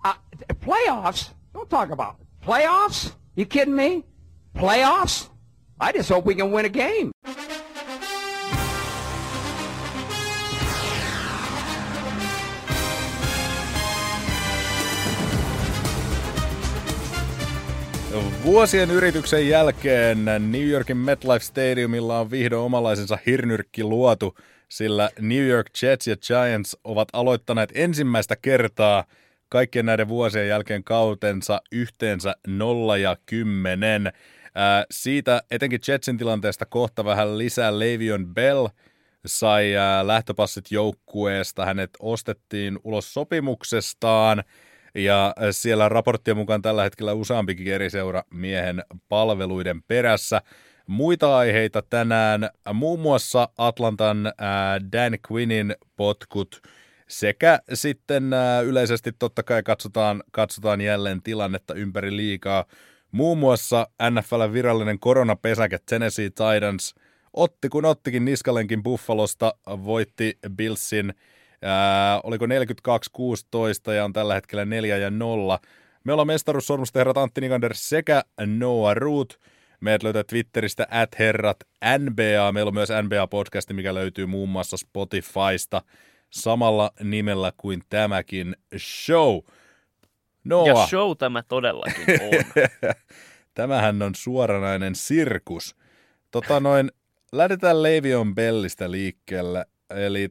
Playoffs? Don't talk about it. Playoffs? You kidding me? Playoffs? I just hope we can win a game. Vuosien yrityksen jälkeen New Yorkin MetLife Stadiumilla on vihdoin omalaisensa hirnyrkki luotu, sillä New York Jets ja Giants ovat aloittaneet ensimmäistä kertaa kaikkien näiden vuosien jälkeen kautensa yhteensä 0-10. Siitä etenkin Jetsin tilanteesta kohta vähän lisää. Le'Veon Bell sai lähtöpassit joukkueesta, hänet ostettiin ulos sopimuksestaan. Ja siellä raporttien mukaan tällä hetkellä useampikin eri seura miehen palveluiden perässä. Muita aiheita tänään, muun muassa Atlantan Dan Quinnin potkut sekä sitten yleisesti totta kai katsotaan jälleen tilannetta ympäri liigaa. Muun muassa NFL:n virallinen koronapesäke Tennessee Titans otti kun ottikin niskalenkin Buffalosta, voitti Billsin. Oliko 42-16 ja on tällä hetkellä 4-0. Me ollaan mestaruussormusten Antti Nikander sekä Noah Root. Meidät löytää Twitteristä @herratNBA. Meillä on myös NBA-podcasti, mikä löytyy muun muassa Spotifysta samalla nimellä kuin tämäkin show. Noah. Ja show tämä todellakin on. Tämähän on suoranainen sirkus. Lähdetään Le'Veon Bellistä liikkeelle. Eli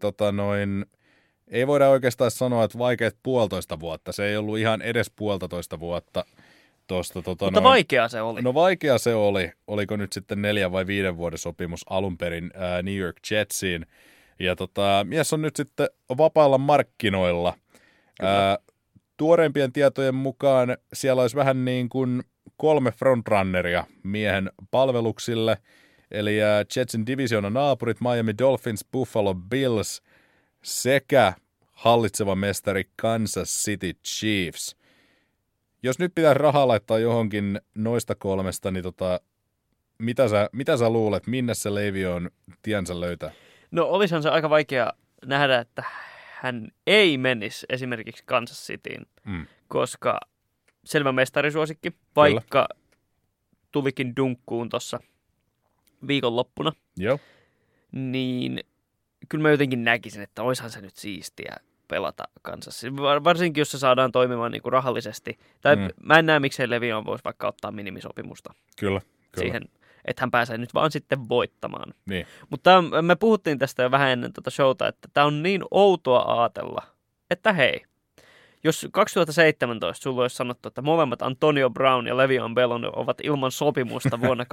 ei voida oikeastaan sanoa, että vaikeat 1,5 vuotta. Se ei ollut ihan edes 1,5 vuotta. Mutta vaikea se oli. No vaikea se oli. Oliko nyt sitten 4 vai 5 vuoden sopimus alun perin New York Jetsiin. Ja mies on nyt sitten vapailla markkinoilla. Tuoreimpien tietojen mukaan siellä olisi vähän niin kuin 3 frontrunneria miehen palveluksille. Eli Jetsin divisioonan naapurit Miami Dolphins, Buffalo Bills sekä hallitseva mestari Kansas City Chiefs. Jos nyt pitää rahaa laittaa johonkin noista 3, niin mitä sä luulet, minne se Le'Veon tiensä löytää? No olisihan se aika vaikea nähdä, että hän ei menisi esimerkiksi Kansas Cityin, koska selvä mestarisuosikki, vaikka tulikin dunkkuun tuossa viikonloppuna, Joo. Niin kyllä mä jotenkin näkisin, että oishan se nyt siistiä pelata Kansas. Varsinkin, jos se saadaan toimimaan niin kuin rahallisesti. Tai mä en näe, miksei Le'Veon voisi vaikka ottaa minimisopimusta. Kyllä. Siihen, että hän pääsee nyt vaan sitten voittamaan. Niin. Mutta me puhuttiin tästä jo vähän ennen tuota showta, että tämä on niin outoa ajatella, että hei, jos 2017 sulla olisi sanottu, että molemmat Antonio Brown ja Le'Veon Bell ovat ilman sopimusta vuonna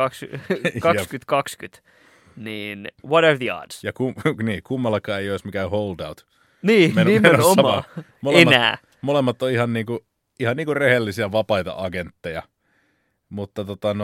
2020, niin what are the odds? Ja kummallakaan ei olisi mikään holdout. Niin, nimenomaan. Enää. Molemmat on ihan niinku rehellisiä vapaita agentteja. Mutta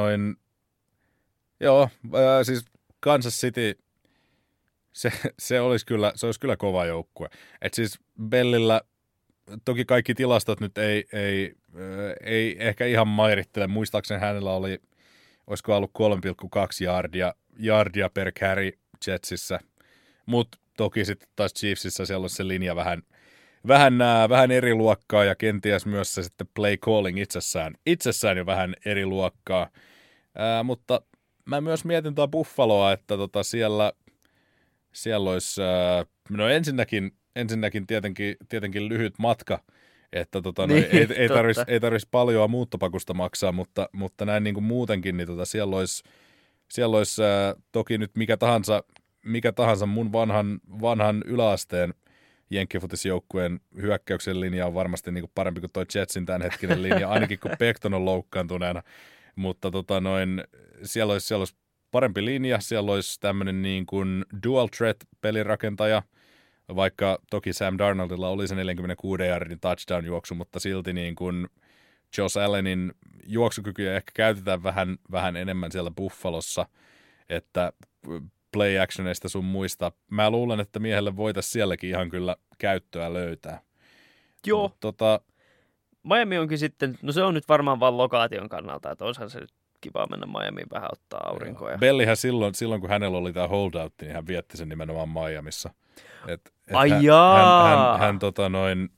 siis Kansas City, se olisi kyllä kova joukkue. Et siis Bellillä, toki kaikki tilastot nyt ei ehkä ihan mairittele. Muistaakseni hänellä olisiko ollut 3,2 yardia per carry Jetsissä, mutta toki sitten taas Chiefsissä siellä on se linja vähän eri luokkaa ja kenties myös se sitten play calling itsessään jo vähän eri luokkaa. Mutta mä myös mietin tuo Buffaloa, että siellä olisi, no ensinnäkin tietenkin lyhyt matka, että ei tarvitsisi paljoa muuttopakusta maksaa, mutta näin niin kuin muutenkin, niin siellä olisi toki nyt mikä tahansa mun vanhan yläasteen jenkkifutisjoukkueen hyökkäyksen linja on varmasti niin kuin parempi kuin toi Jetsin tämänhetkinen linja, ainakin kun Becton on loukkaantuneena, mutta siellä olisi parempi linja, siellä olisi tämmöinen niin kuin dual threat pelirakentaja, vaikka toki Sam Darnoldilla oli se 46 yardin touchdown-juoksu, mutta silti niin kuin Josh Allenin juoksukykyjä ehkä käytetään vähän enemmän siellä Buffalossa, että play actioneista sun muista. Mä luulen, että miehelle voitaisiin sielläkin ihan kyllä käyttöä löytää. Joo. Miami onkin sitten, no se on nyt varmaan vaan lokaation kannalta, että olisihan se nyt kiva mennä Miamiin vähän ottaa aurinkoa. Ja... Bellihän silloin, kun hänellä oli tämä holdout, niin hän vietti sen nimenomaan Miamissa.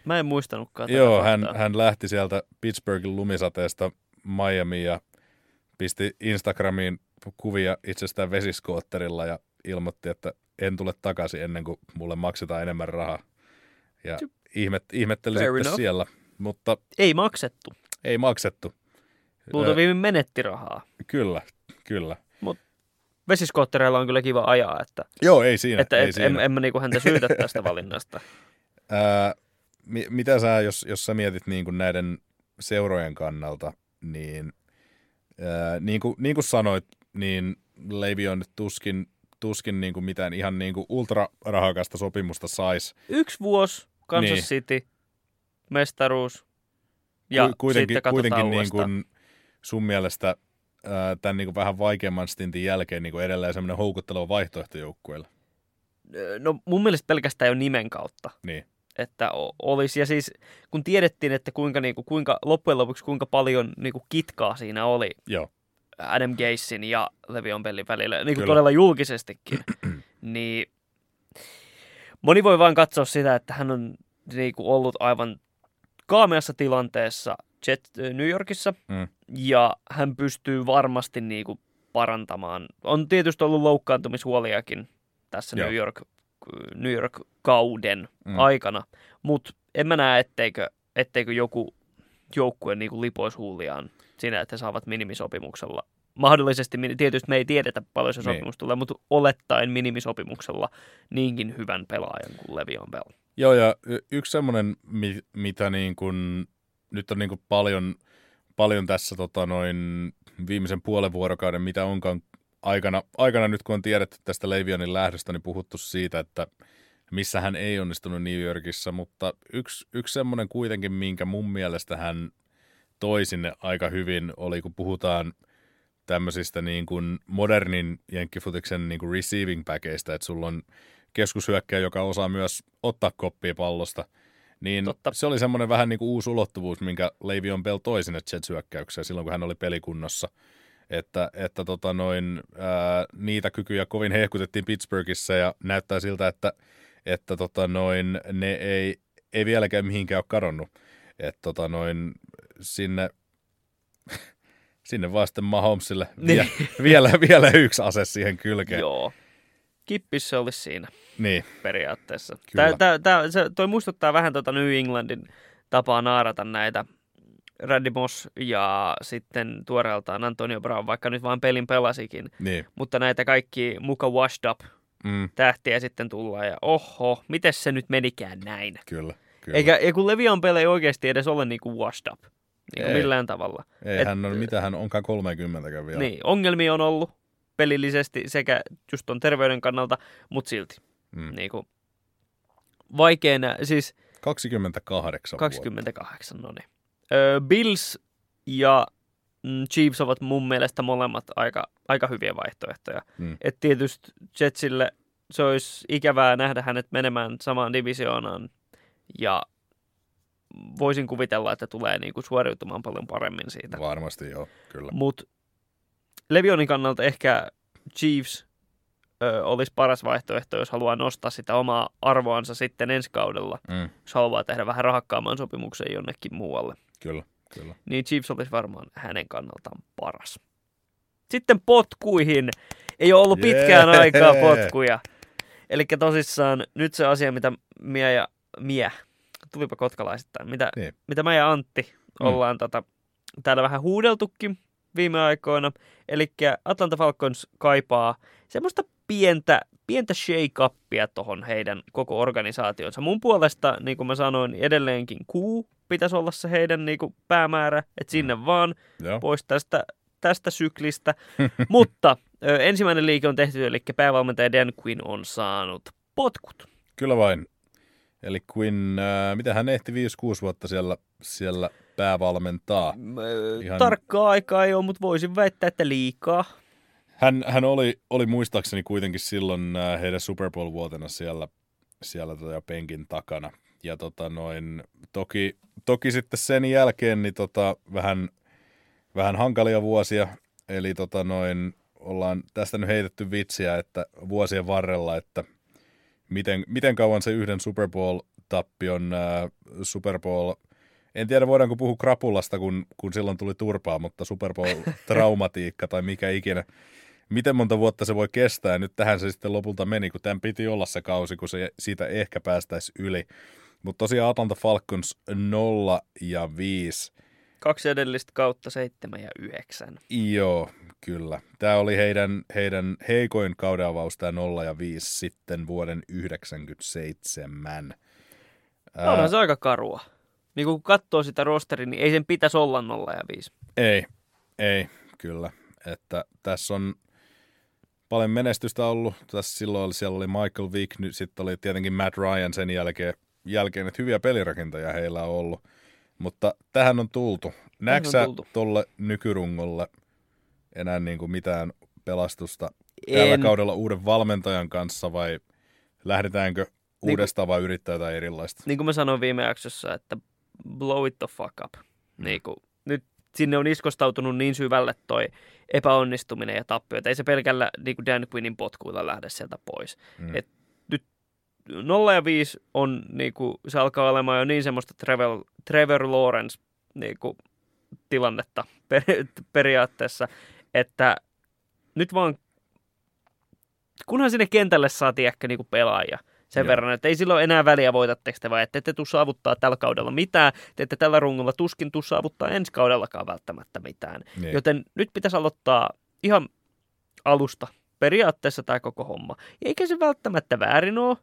Mä en muistanutkaan tätä Joo, faktaa. hän lähti sieltä Pittsburghin lumisateesta Miamiin ja pisti Instagramiin kuvia itsestään vesiskootterilla ja ilmoitti, että en tule takaisin ennen kuin mulle maksetaan enemmän rahaa. Ja ihmetteli Fair sitten enough. siellä, mutta Ei maksettu. ei maksettu. Luultavimmin menetti rahaa. Kyllä. Vesiskoottereilla on kyllä kiva ajaa, että, Joo, ei siinä. että ei et, siinä. en mä niinku häntä syytä tästä valinnasta. Mitä sä, jos sä mietit niin kuin näiden seurojen kannalta, niin niin kuin sanoit, niin Le'Veon nyt tuskin niin kuin mitään ihan niin kuin ultrarahakasta sopimusta saisi. 1 vuosi, Kansas Niin. City, mestaruus ja sitten katsotaan kuitenkin niin uudestaan. kuin sun mielestä tämän niin kuin vähän vaikeamman stintin jälkeen niin kuin edelleen semmoinen houkutteleva vaihtoehto joukkueelle. No mun mielestä pelkästään jo nimen kautta. Niin. Että olisi. Ja siis kun tiedettiin, että kuinka loppujen lopuksi kuinka paljon kitkaa siinä oli Joo. Adam Gasen ja Le'Veon Bellin välillä, Kyllä. todella julkisestikin, niin moni voi vain katsoa sitä, että hän on ollut aivan kaameassa tilanteessa New Yorkissa, ja hän pystyy varmasti parantamaan. On tietysti ollut loukkaantumishuoliakin tässä Joo. New York-kauden aikana, mutta en mä näe, etteikö joku joukkue lipoisi huuliaan siinä, että he saavat minimisopimuksella. Mahdollisesti, tietysti me ei tiedetä paljon se sopimus tulee, mutta olettaen minimisopimuksella niinkin hyvän pelaajan kuin Le'Veon Bell. Joo, ja yksi semmoinen, mitä niin kuin, nyt on niin kuin paljon tässä viimeisen puolen vuorokauden, mitä onkaan aikana nyt, kun on tiedetty tästä Le'Veonin lähdöstä, niin puhuttu siitä, että missä hän ei onnistunut New Yorkissa, mutta yksi semmoinen kuitenkin, minkä mun mielestä hän toi sinne aika hyvin, oli kun puhutaan tämmöisistä niin kuin modernin jenkkifutiksen niin kuin receiving backeista, että sulla on keskushyökkäjä, joka osaa myös ottaa koppia pallosta, niin Totta. se oli semmoinen vähän niin kuin uusi ulottuvuus, minkä Le'Veon Bell toi sinne Jets-hyökkäykseen silloin, kun hän oli pelikunnossa. Että niitä kykyjä kovin hehkutettiin Pittsburghissa ja näyttää siltä, että ne ei vieläkään mihinkään ole kadonnut. Että sinne vaan sitten Mahomesille vielä yksi ase siihen kylkeen. Joo. Kippis se olisi siinä Niin. periaatteessa. Kyllä. Toi muistuttaa vähän New Englandin tapaa naarata näitä Randy Moss ja sitten tuoreeltaan Antonio Brown, vaikka nyt vaan pelin pelasikin. Niin. Mutta näitä kaikki muka washed up tähtiä sitten tullaan ja oho, miten se nyt menikään näin? Kyllä. Eikä kun Le'Veon Bell ei oikeasti edes ole washed up Ei. millään tavalla. Ei hän on, mitä hän onkaan 30 vielä. Niin, ongelmia on ollut pelillisesti sekä just ton terveyden kannalta, mutta silti. Vaikeena, siis 28 28, no niin. Bills ja Chiefs ovat mun mielestä molemmat aika hyviä vaihtoehtoja. Et tietysti Jetsille se olisi ikävää nähdä hänet menemään samaan divisioonaan ja voisin kuvitella, että tulee suoriutumaan paljon paremmin siitä. Varmasti joo, kyllä. Mutta Le'Veonin kannalta ehkä Chiefs olisi paras vaihtoehto, jos haluaa nostaa sitä omaa arvoansa sitten ensi kaudella, jos haluaa tehdä vähän rahakkaamman sopimuksen jonnekin muualle. Kyllä. Niin Chiefs olisi varmaan hänen kannaltaan paras. Sitten potkuihin. Ei ole ollut pitkään aikaa potkuja. Eli tosissaan nyt se asia, mitä tulipa kotkalaisittain, mitä mä ja Antti ollaan täällä vähän huudeltukin viime aikoina. Eli Atlanta Falcons kaipaa semmoista pientä shake-upia tuohon heidän koko organisaationsa. Mun puolesta, niin kuin mä sanoin, edelleenkin pitäisi olla se heidän päämäärä, että sinne vaan pois tästä syklistä. Mutta ensimmäinen liike on tehty, eli päävalmentaja Dan Quinn on saanut potkut. Kyllä vain. Eli Quinn, mitä hän ehti 5-6 vuotta siellä päävalmentaa? Tarkkaa aikaa ei ole, mutta voisin väittää, että liikaa. Hän oli muistaakseni kuitenkin silloin heidän Super Bowl-vuotena siellä penkin takana. Ja toki sitten sen jälkeen niin vähän hankalia vuosia. Eli ollaan tästä nyt heitetty vitsiä, että vuosien varrella, että miten kauan se yhden Super Bowl tappion Super Bowl. En tiedä, voidaanko puhua krapulasta, kun silloin tuli turpaa, mutta Super Bowl-traumatiikka tai mikä ikinä. Miten monta vuotta se voi kestää, ja nyt tähän se sitten lopulta meni, kun tämän piti olla se kausi, kun se siitä ehkä päästäisi yli. Mutta tosiaan Atlanta Falcons 0-5. 2 edellistä kautta 7 ja 9. Joo, kyllä. Tämä oli heidän heikoin kaudenavaus, tämä 0-5 sitten vuoden 1997. Onhan se aika karua. Niin kun katsoo sitä rosteria, niin ei sen pitäisi olla 0-5. Ei, kyllä. Että tässä on paljon menestystä ollut. Tässä silloin siellä oli Michael Vick, nyt sitten oli tietenkin Matt Ryan sen jälkeen, että hyviä pelirakentajia heillä on ollut. Mutta tähän on tultu. Näetkö sä tuolle nykyrungolle enää niin kuin mitään pelastusta tällä kaudella uuden valmentajan kanssa vai lähdetäänkö uudestaan vai yrittää jotain erilaista? Niin kuin mä sanoin viime jaksossa, että blow it the fuck up. Niin kuin, nyt sinne on iskostautunut niin syvälle toi epäonnistuminen ja tappio, että ei se pelkällä niin kuin Dan Quinnin potkuilla lähde sieltä pois. Et nyt 0-5 on, niin kuin, se alkaa olemaan jo niin semmoista Trevor Lawrence niin kuin, tilannetta periaatteessa, että nyt vaan, kunhan sinne kentälle saatiin ehkä niin kuin pelaajia sen verran, että ei silloin enää väliä voitatteko te vai, että ette tule saavuttaa tällä kaudella mitään, te ette tällä rungolla tuskin tule saavuttaa ensi kaudellakaan välttämättä mitään. Joten nyt pitäisi aloittaa ihan alusta periaatteessa tämä koko homma. Eikä se välttämättä väärin ole.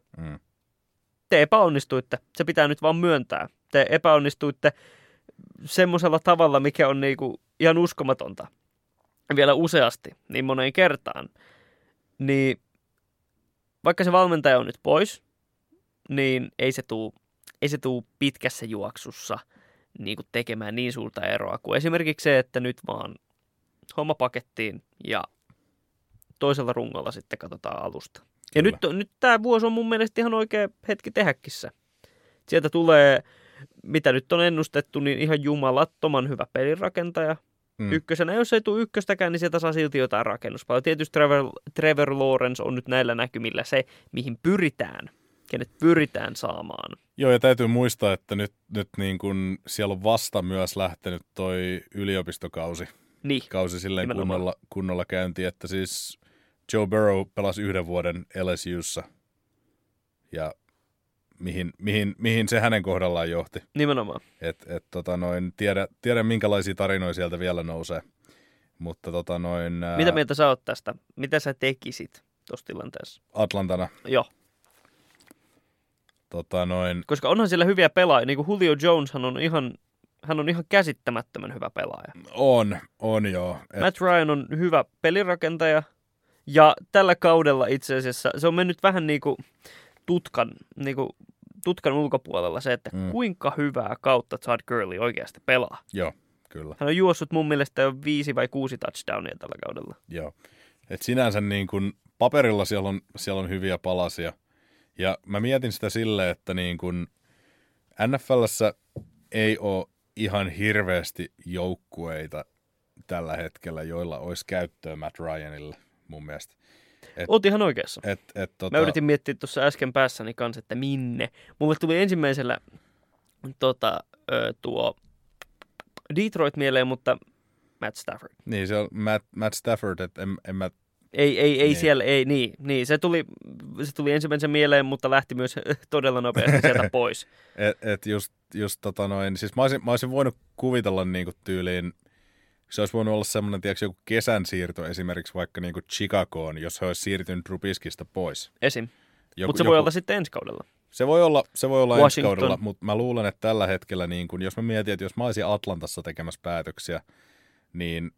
Te epäonnistuitte, se pitää nyt vaan myöntää. Te epäonnistuitte semmoisella tavalla, mikä on niinku ihan uskomatonta. Vielä useasti, niin moneen kertaan. Niin vaikka se valmentaja on nyt pois, niin ei se tuu pitkässä juoksussa niinku tekemään niin suurta eroa kuin esimerkiksi se, että nyt vaan homma pakettiin ja toisella rungolla sitten katsotaan alusta. Ja nyt tämä vuosi on mun mielestä ihan oikea hetki tehdäkin se. Sieltä tulee, mitä nyt on ennustettu, niin ihan jumalattoman hyvä pelirakentaja. Ykkösenä, jos ei tule ykköstäkään, niin sieltä saa silti jotain rakennuspalaa. Tietysti Trevor Lawrence on nyt näillä näkymillä se, mihin pyritään, kenet pyritään saamaan. Joo, ja täytyy muistaa, että nyt niin kun siellä on vasta myös lähtenyt toi yliopistokausi. Niin, kausi silleen kunnolla käyntiin, että siis Joe Burrow pelasi 1 vuoden LSU:ssa ja mihin se hänen kohdallaan johti. Nimenomaan. Tiedä minkälaisia tarinoja sieltä vielä nousee. Mutta Mitä mieltä sä oot tästä? Mitä sä tekisit tuossa tilanteessa? Atlantana? Joo. Koska onhan siellä hyviä pelaajia. Niin kuin Julio Jones, hän on ihan käsittämättömän hyvä pelaaja. On joo. Matt Ryan on hyvä pelirakentaja. Ja tällä kaudella itse asiassa se on mennyt vähän niin kuin tutkan ulkopuolella se, että kuinka hyvää kautta Todd Gurley oikeasti pelaa. Joo, kyllä. Hän on juossut mun mielestä jo 5 vai 6 touchdownia tällä kaudella. Joo. Et sinänsä niin kuin paperilla siellä on hyviä palasia. Ja mä mietin sitä silleen, että niin kuin NFL:ssä ei ole ihan hirveästi joukkueita tällä hetkellä, joilla olisi käyttöä Matt Ryanille mun mielestä. Oot ihan oikeassa. Mä yritin miettiä tuossa äsken päässäni kanssa, että minne. Mulle tuli ensimmäisellä tuo Detroit mieleen, mutta Matt Stafford. Niin, se on Matt Stafford, että en mä... Ei niin. Siellä, ei, niin. Se tuli ensimmäisen mieleen, mutta lähti myös todella nopeasti sieltä pois. Siis mä olisin voinut kuvitella niinku tyyliin, se olisi voinut olla semmoinen, tiedätkö, joku kesän siirto esimerkiksi vaikka niinku Chicagoon, jos he olisi siirtynyt Trubiskista pois. Esim. Mutta se voi olla sitten ensi kaudella. Se voi olla ensi kaudella, mutta mä luulen, että tällä hetkellä, niin kun, jos mä mietin, että jos mä olisin Atlantassa tekemässä päätöksiä, niin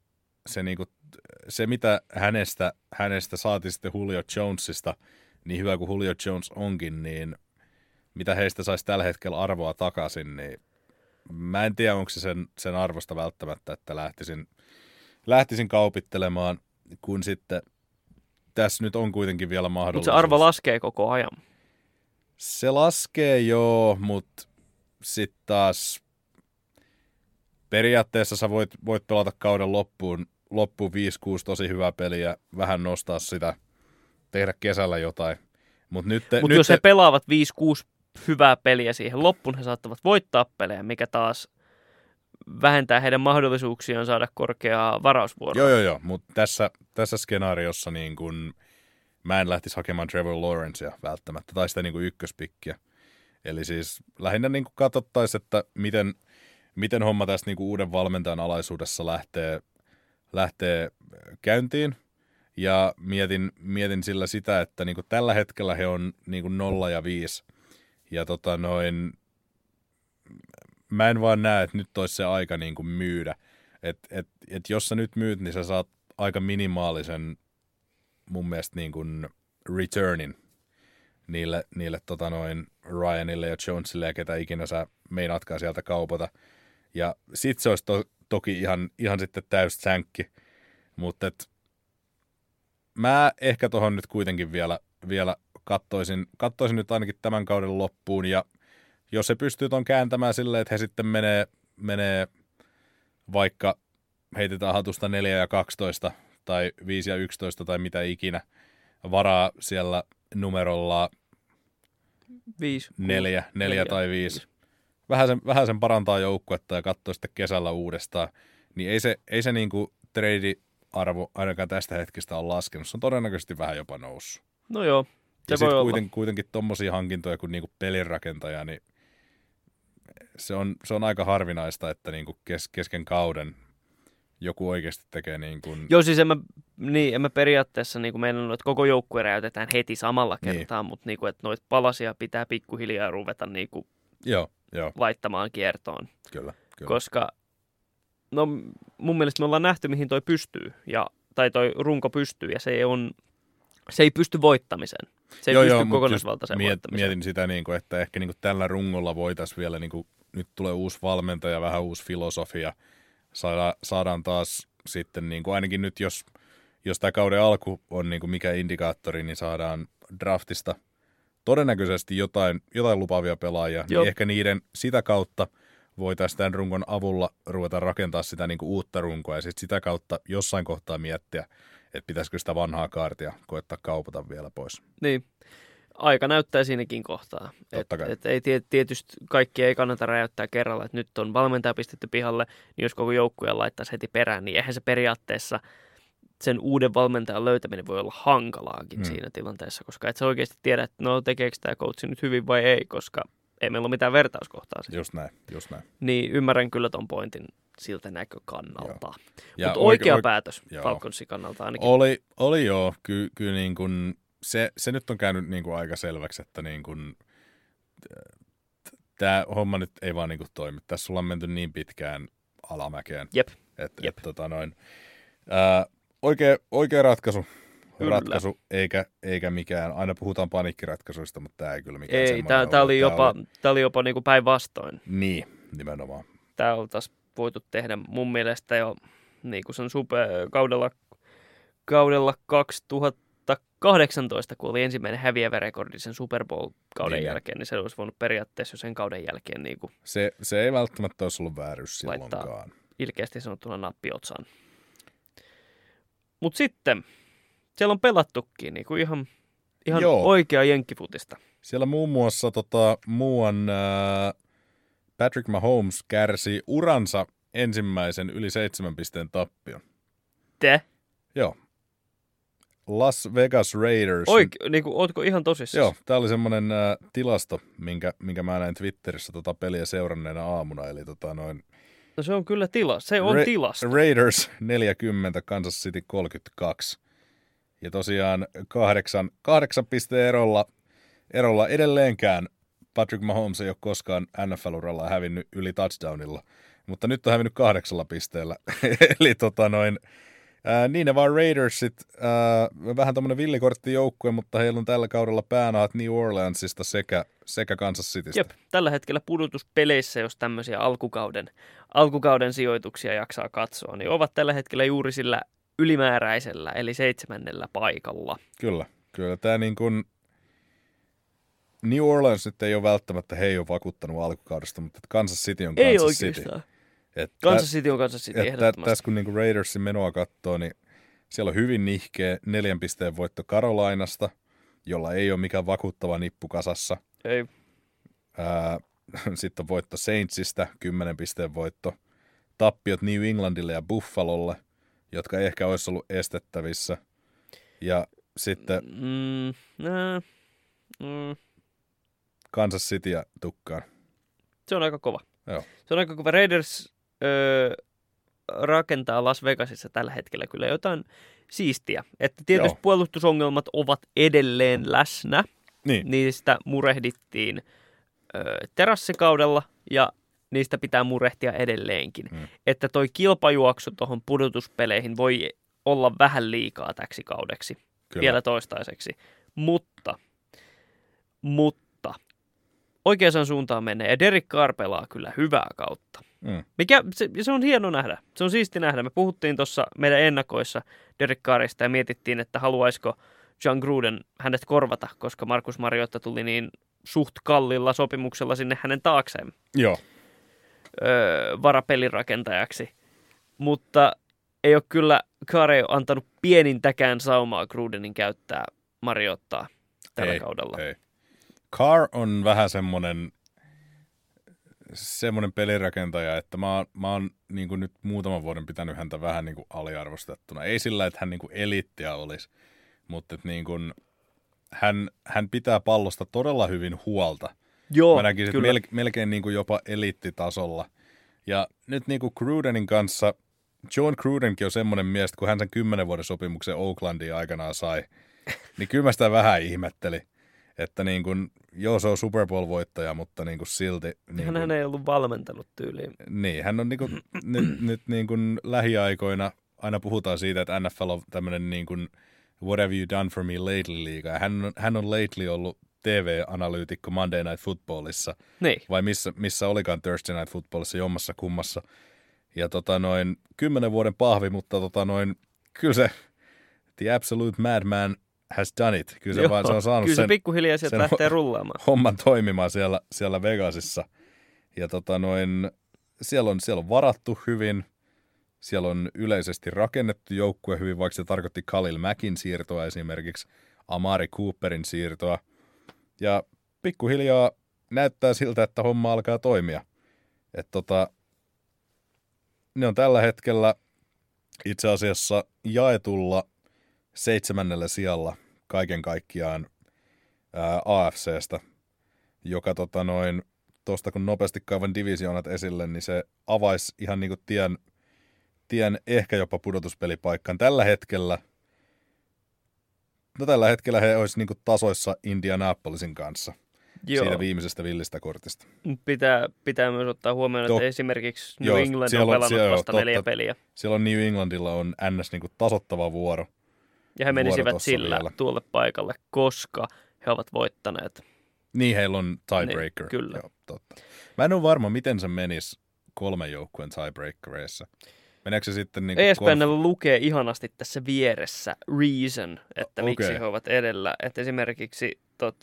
se mitä hänestä saatiin sitten Julio Jonesista, niin hyvä kuin Julio Jones onkin, niin mitä heistä saisi tällä hetkellä arvoa takaisin, niin mä en tiedä, onko se sen arvosta välttämättä, että lähtisin kaupittelemaan, kun sitten tässä nyt on kuitenkin vielä mahdollisuus. Mutta se arvo laskee koko ajan. Se laskee joo, mutta sitten taas periaatteessa sä voit pelata kauden loppuun 5-6 tosi hyvää peliä, vähän nostaa sitä, tehdä kesällä jotain. Mutta jos he pelaavat 5-6 hyvää peliä siihen loppuun. He saattavat voittaa pelejä, mikä taas vähentää heidän mahdollisuuksiaan saada korkeaa varausvuoroa. Joo, mutta tässä skenaariossa niin kun mä en lähtisi hakemaan Trevor Lawrencea välttämättä, tai sitä niin kuin ykköspikkiä. Eli siis lähinnä niin kuin katsottaisiin, että miten homma tässä niin kuin uuden valmentajan alaisuudessa lähtee käyntiin. Ja mietin sillä sitä, että niin kuin tällä hetkellä he on niin kuin 0-5. Ja mä en vaan näe, että nyt olisi se aika niin kuin myydä. Et jos sä nyt myyt, niin sä saat aika minimaalisen mun mielestä niin kuin returnin niille Ryanille ja Jonesille ja ketä ikinä sä meinaatkaan sieltä kaupata. Ja sit se olisi toki ihan sitten täys sänkki. Mutta mä ehkä tohon nyt kuitenkin vielä kattoisin nyt ainakin tämän kauden loppuun. Ja jos se pystyy ton kääntämään silleen, että he sitten menee vaikka heitetään hatusta 4 ja 12 tai 5 ja 11 tai mitä ikinä, varaa siellä numerolla 4 tai 5. Vähän sen parantaa joukkuetta ja katsoo sitten kesällä uudestaan, niin ei se niinku trade-arvo ainakaan tästä hetkestä on laskenut. Se on todennäköisesti vähän jopa noussut. No joo, se ja voi olla. Kuitenkin tommosia hankintoja kuin niinku pelinrakentaja, niin se on aika harvinaista, että niinku kesken kauden joku oikeasti tekee niin kuin... Joo, siis en mä periaatteessa niin kuin meinannut, että koko joukkue räjäytetään heti samalla kertaa, mutta niin kuin, että noita palasia pitää pikkuhiljaa ruveta niin kuin laittamaan kiertoon. Kyllä. Koska no, mun mielestä me ollaan nähty, mihin toi pystyy, tai toi runko pystyy, ja se ei pysty voittamiseen. Se ei pysty kokonaisvaltaiseen voittamiseen. Mietin sitä, niin kuin, että ehkä niin kuin tällä rungolla voitaisiin vielä, niin kuin, nyt tulee uusi valmentaja, vähän uusi filosofia, saadaan taas sitten, niin kuin ainakin nyt, jos tämä kauden alku on niin kuin mikä indikaattori, niin saadaan draftista todennäköisesti jotain lupaavia pelaajia. Niin ehkä niiden sitä kautta voitaisiin tämän rungon avulla ruveta rakentaa sitä niin kuin uutta runkoa ja sitten sitä kautta jossain kohtaa miettiä, että pitäisikö sitä vanhaa kaartia koettaa kaupata vielä pois. Niin. Aika näyttää siinäkin kohtaa. Ei tietysti kaikki ei kannata räjäyttää kerralla, että nyt on valmentaja pistetty pihalle, niin jos koko joukkueen laittaisi heti perään, niin eihän se periaatteessa sen uuden valmentajan löytäminen voi olla hankalaakin siinä tilanteessa, koska et sä oikeasti tiedä, että no tekeekö tämä coachi nyt hyvin vai ei, koska ei meillä ole mitään vertauskohtaa. Just näin. Niin ymmärrän kyllä ton pointin siltä näkökannalta. Mutta oikea päätös Falconsin kannalta ainakin. Oli joo, kyllä niin kuin... Se nyt on käynyt niin kuin aika selväksi, että niin kuin, tämä homma nyt ei vaan niin kuin toimi. Tässä ollaan menty niin pitkään alamäkeen. Jep. Oikea ratkaisu eikä mikään. Aina puhutaan paniikkiratkaisuista, mutta tämä ei kyllä mikään semmoinen ole. Tämä oli jopa niin kuin päinvastoin. Niin, nimenomaan. Tämä oltaisiin voitu tehdä mun mielestä jo niin kuin sen kaudella 2018, kun oli ensimmäinen häviävä rekordi sen Super Bowl-kauden jälkeen, niin se olisi voinut periaatteessa jo sen kauden jälkeen niin kuin se ei välttämättä olisi ollut vääryys silloinkaan. Laittaa ilkeästi sanottuna nappi otsaan. Mutta sitten, siellä on pelattukin niin kuin ihan oikea jenkkifutista. Siellä muun muassa muuan Patrick Mahomes kärsi uransa ensimmäisen yli 7 pisteen tappion. Joo. Las Vegas Raiders. Niin kuin, ootko ihan tosissaan? Joo, tää oli semmoinen tilasto, minkä mä näin Twitterissä peliä seuranneena aamuna. Eli No se on kyllä tilasto. Raiders 40, Kansas City 32. Ja tosiaan 8 pisteen erolla edelleenkään Patrick Mahomes ei ole koskaan NFL-uralla hävinnyt yli touchdownilla. Mutta nyt on hävinnyt 8 pisteellä. Eli niin ne vaan Raidersit, vähän tämmöinen villikorttijoukkue, mutta heillä on tällä kaudella päänahat New Orleansista sekä Kansas Citystä. Jep, tällä hetkellä pudotuspeleissä, jos tämmöisiä alkukauden sijoituksia jaksaa katsoa, niin ovat tällä hetkellä juuri sillä ylimääräisellä, eli 7. paikalla. Kyllä. Tämä niin kuin New Orleans nyt ei ole välttämättä, he ei ole vakuuttanut alkukaudesta, mutta Kansas City on Kansas City. Kansas City on Kansas City ehdottomasti. Tässä kun niinku Raidersin menoa katsoo, niin siellä on hyvin nihkeä 4 pisteen voitto Carolinasta, jolla ei ole mikään vakuuttava nippu kasassa. Ei. Sitten on voitto Saintsista, 10 pisteen voitto. Tappiot New Englandille ja Buffalolle, jotka ehkä olisi ollut estettävissä. Ja sitten Kansas City ja tukkaan. Se on aika kova. Joo. Se on aika kova. Raiders rakentaa Las Vegasissa tällä hetkellä kyllä jotain siistiä. Että tietysti puolustusongelmat ovat edelleen läsnä. Niin. Niistä murehdittiin terassikaudella ja niistä pitää murehtia edelleenkin. Että toi kilpajuoksu tuohon pudotuspeleihin voi olla vähän liikaa täksi kaudeksi. Kyllä. Vielä toistaiseksi. Mutta oikeaan suuntaan menee. Ja Derek Carr pelaa kyllä hyvää kautta. Se on hieno nähdä. Se on siisti nähdä. Me puhuttiin tuossa meidän ennakoissa Derek Carrista ja mietittiin, että haluaisiko John Gruden hänet korvata, koska Marcus Mariota tuli niin suht kallilla sopimuksella sinne hänen taakseen. Joo. Varapelirakentajaksi. Mutta ei ole kyllä Carr antanut pienintäkään saumaa Grudenin käyttää Mariottaa tällä kaudella. Ei. Carr on vähän semmoinen pelirakentaja, että mä oon niin kuin nyt muutaman vuoden pitänyt häntä vähän niin kuin aliarvostettuna. Ei sillä, että hän niin kuin eliittiä olisi, mutta että niin kuin hän pitää pallosta todella hyvin huolta. Joo, mä näkisin, että melkein niin kuin jopa eliittitasolla. Ja nyt niin kuin Grudenin kanssa, John Grudenkin on semmoinen mies, kun hän sen 10 vuoden sopimuksen Oaklandiin aikanaan sai, niin kyllä mä sitä vähän ihmetteli. Että niin kuin, se on Super Bowl-voittaja, mutta niin kuin silti... Niin hän ei ollut valmentanut tyyliin. Niin, hän on niin kuin, nyt niin kuin lähiaikoina, aina puhutaan siitä, että NFL on tämmöinen niin kuin what have you done for me lately-liiga. Ja hän on lately ollut TV-analyytikko Monday Night Footballissa. Niin. Vai missä olikaan Thursday Night Footballissa, jommassa kummassa. Ja 10 vuoden pahvi, mutta kyllä se the absolute madman has done it. Kyllä se on saanut kyllä se pikkuhiljaa sieltä lähtee rullaamaan. Homman toimimaan siellä Vegasissa. Ja siellä on varattu hyvin. Siellä on yleisesti rakennettu joukkue hyvin, vaikka se tarkoitti Khalil Mackin siirtoa esimerkiksi, Amari Cooperin siirtoa. Ja pikkuhiljaa näyttää siltä, että homma alkaa toimia. Ne on tällä hetkellä itse asiassa jaetulla 7. sijalla kaiken kaikkiaan AFCstä, joka tuosta kun nopeasti kaivan divisioonat esille, niin se avaisi ihan niin kuin tien ehkä jopa pudotuspelipaikkaan. Tällä hetkellä he olisi niin kuin tasoissa Indianapolisin kanssa. Joo. Siitä viimeisestä villistä kortista. Pitää myös ottaa huomioon, että esimerkiksi New England on pelannut vasta 4 peliä. Siellä on New Englandilla on NS niin kuin tasoittava vuoro. Ja he menisivät sillä vielä tuolle paikalle, koska he ovat voittaneet. Niin, heillä on tiebreaker. Niin, kyllä. Joo, totta. Mä en ole varma, miten se menisi 3 joukkueen tiebreakereissa. Meneekö se sitten niin ESPN:llä lukee ihanasti tässä vieressä reason, että miksi he ovat edellä. Että esimerkiksi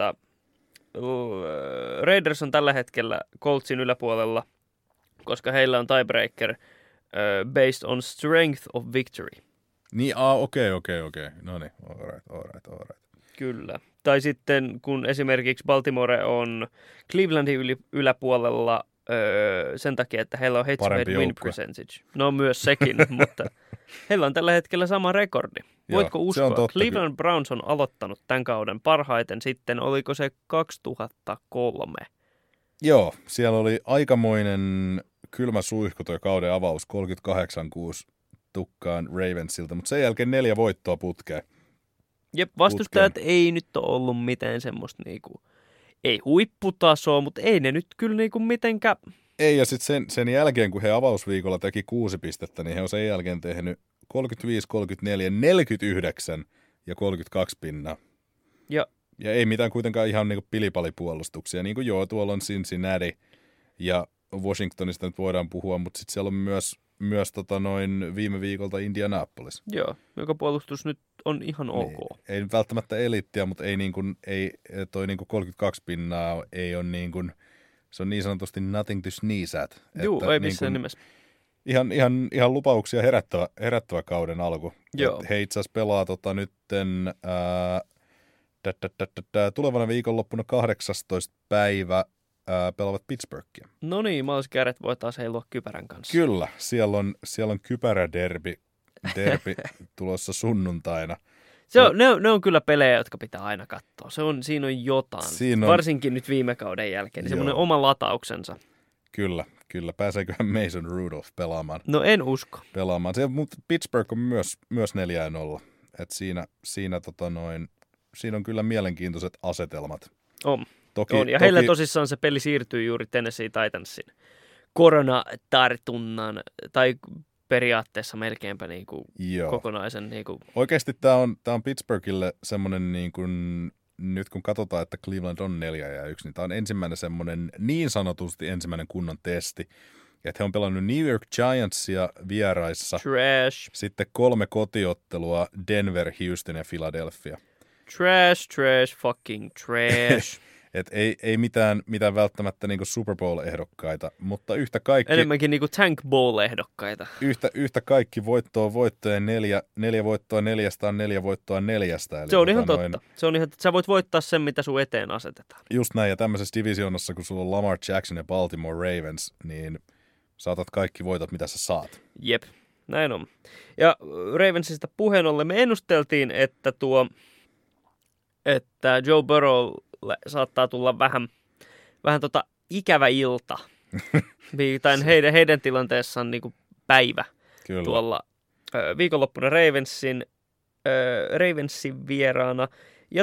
Raiders on tällä hetkellä Coltsin yläpuolella, koska heillä on tiebreaker based on strength of victory. Niin, okei. No niin, all right. Kyllä. Tai sitten kun esimerkiksi Baltimore on Clevelandin yläpuolella sen takia, että heillä on head-to-head win percentage. No myös sekin, mutta heillä on tällä hetkellä sama rekordi. Voitko uskoa? Cleveland Browns on aloittanut tämän kauden parhaiten sitten, oliko se 2003? Joo, siellä oli aikamoinen kylmä suihku tuo kauden avaus 38-6 tukkaan Ravensilta, mutta sen jälkeen 4 voittoa putkeen. Jep, vastustajat ei nyt ole ollut mitään semmoista niinku, ei huipputasoa, mutta ei ne nyt kyllä niinku mitenkään. Ei, ja sitten sen jälkeen, kun he avausviikolla teki 6 pistettä, niin he on sen jälkeen tehnyt 35, 34, 49 ja 32 pinnaa. Ja ei mitään kuitenkaan ihan niinku pilipalipuolustuksia. Niin kuin tuolla on Cincinnati ja Washingtonista nyt voidaan puhua, mutta sitten siellä on myös viime viikolta Indianapolis. Joo, joka puolustus nyt on ihan ok. Niin, ei välttämättä eliittiä, mutta toi 32 pinnaa ei ole se on niin sanotusti nothing to sneeze at. Joo, ei missään nimessä. Ihan lupauksia herättävä kauden alku. Joo. He itse asiassa pelaa nytten tulevana viikonloppuna 18. päivä pelaavat Pittsburghia. No niin, Miles Garrett voi taas heilua kypärän kanssa. Kyllä, siellä on kypäräderbi tulossa sunnuntaina. Ne on kyllä pelejä, jotka pitää aina katsoa. Siinä on jotain. Varsinkin nyt viime kauden jälkeen. Niin semmoinen oma latauksensa. Kyllä. Pääseeköhän Mason Rudolph pelaamaan? No en usko. Mutta Pittsburgh on myös 4-0. Et siinä on kyllä mielenkiintoiset asetelmat. On. Ja heillä tosissaan se peli siirtyy juuri Tennessee Titansin koronatartunnan tai periaatteessa melkeinpä niinku kokonaisen. Niinku. Oikeasti tämä on Pittsburghille semmoinen, niinku, nyt kun katsotaan, että Cleveland on 4-1, niin tämä on ensimmäinen semmoinen niin sanotusti ensimmäinen kunnon testi. Että he on pelannut New York Giantsia vieraissa. Trash. Sitten 3 kotiottelua, Denver, Houston ja Philadelphia. Trash, fucking trash. Et ei mitään välttämättä niinku Super Bowl-ehdokkaita, mutta yhtä kaikki... Enemmänkin niinku Tank Bowl-ehdokkaita. Yhtä kaikki voittoja 4 voittoa 4 on 4 voittoa 4. Eli se on ihan totta. Se on ihan, sä voit voittaa sen, mitä sun eteen asetetaan. Just näin, ja tämmöisessä divisioonassa, kun sulla on Lamar Jackson ja Baltimore Ravens, niin saatat kaikki voitot, mitä sä saat. Jep, näin on. Ja Ravensista puheen ollen me ennusteltiin, että Joe Burrow saattaa tulla vähän ikävä ilta. Tai heidän tilanteessaan niin kuin päivä. Kyllä. Tuolla viikonloppuna Ravensin vieraana. Ja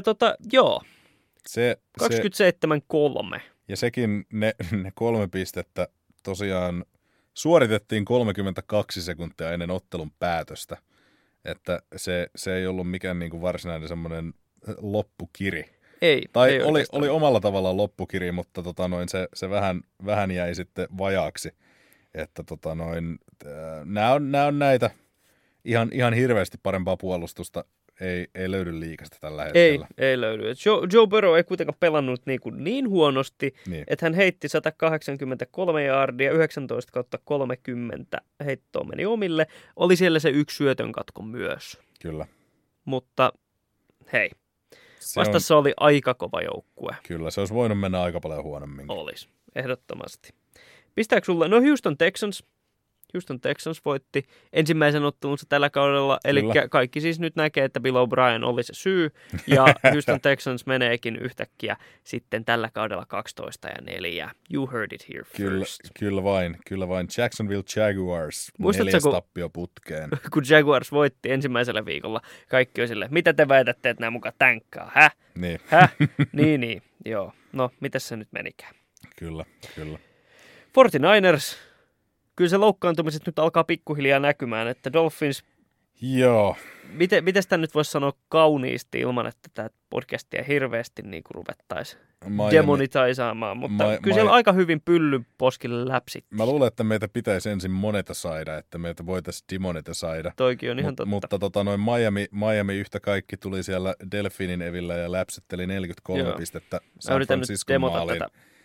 27-3. Ja sekin ne 3 pistettä tosiaan suoritettiin 32 sekuntia ennen ottelun päätöstä. Että se ei ollut mikään niin kuin varsinainen semmoinen loppukiri. Ei oli omalla tavallaan loppukiri, mutta se vähän jäi sitten vajaaksi. Että nämä on näitä ihan hirveästi parempaa puolustusta ei löydy liigasta tällä hetkellä. Ei löydy. Joe Burrow ei kuitenkaan pelannut niin huonosti, että hän heitti 183 jaardia, 19/30 heittoa meni omille. Oli siellä se yksi syötön katko myös. Kyllä. Mutta hei. Vastassa oli aika kova joukkue. Kyllä, se olisi voinut mennä aika paljon huonommin. Olisi, ehdottomasti. Pistääkö sulle? No Houston Texans voitti ensimmäisen ottelunsa tällä kaudella, eli kaikki siis nyt näkee, että Bill O'Brien oli se syy, ja Houston Texans meneekin yhtäkkiä sitten tällä kaudella 12-4. You heard it here first. Kyllä vain. Jacksonville Jaguars, 4 tappio putkeen. Kun Jaguars voitti ensimmäisellä viikolla, kaikki on silleen, mitä te väitätte, että nämä mukaan tänkkaa, Niin. Niin, joo. No, mitäs se nyt menikään? Kyllä. 49ers. Kyllä se loukkaantumiset nyt alkaa pikkuhiljaa näkymään, että Dolphins... Joo. Miten sitä nyt voisi sanoa kauniisti ilman, että tämä podcastia hirveästi niin kuin ruvettaisiin demonitaisaamaan, mutta kyllä siellä aika hyvin pyllyn poskille läpsit. Mä luulen, että meitä pitäisi ensin monetisoida, että meitä voitaisiin demonetisoida. Toikin on ihan totta. Mutta Miami yhtä kaikki tuli siellä Delfinin evillä ja läpsytteli 43 pistettä San Franciscon maaliin.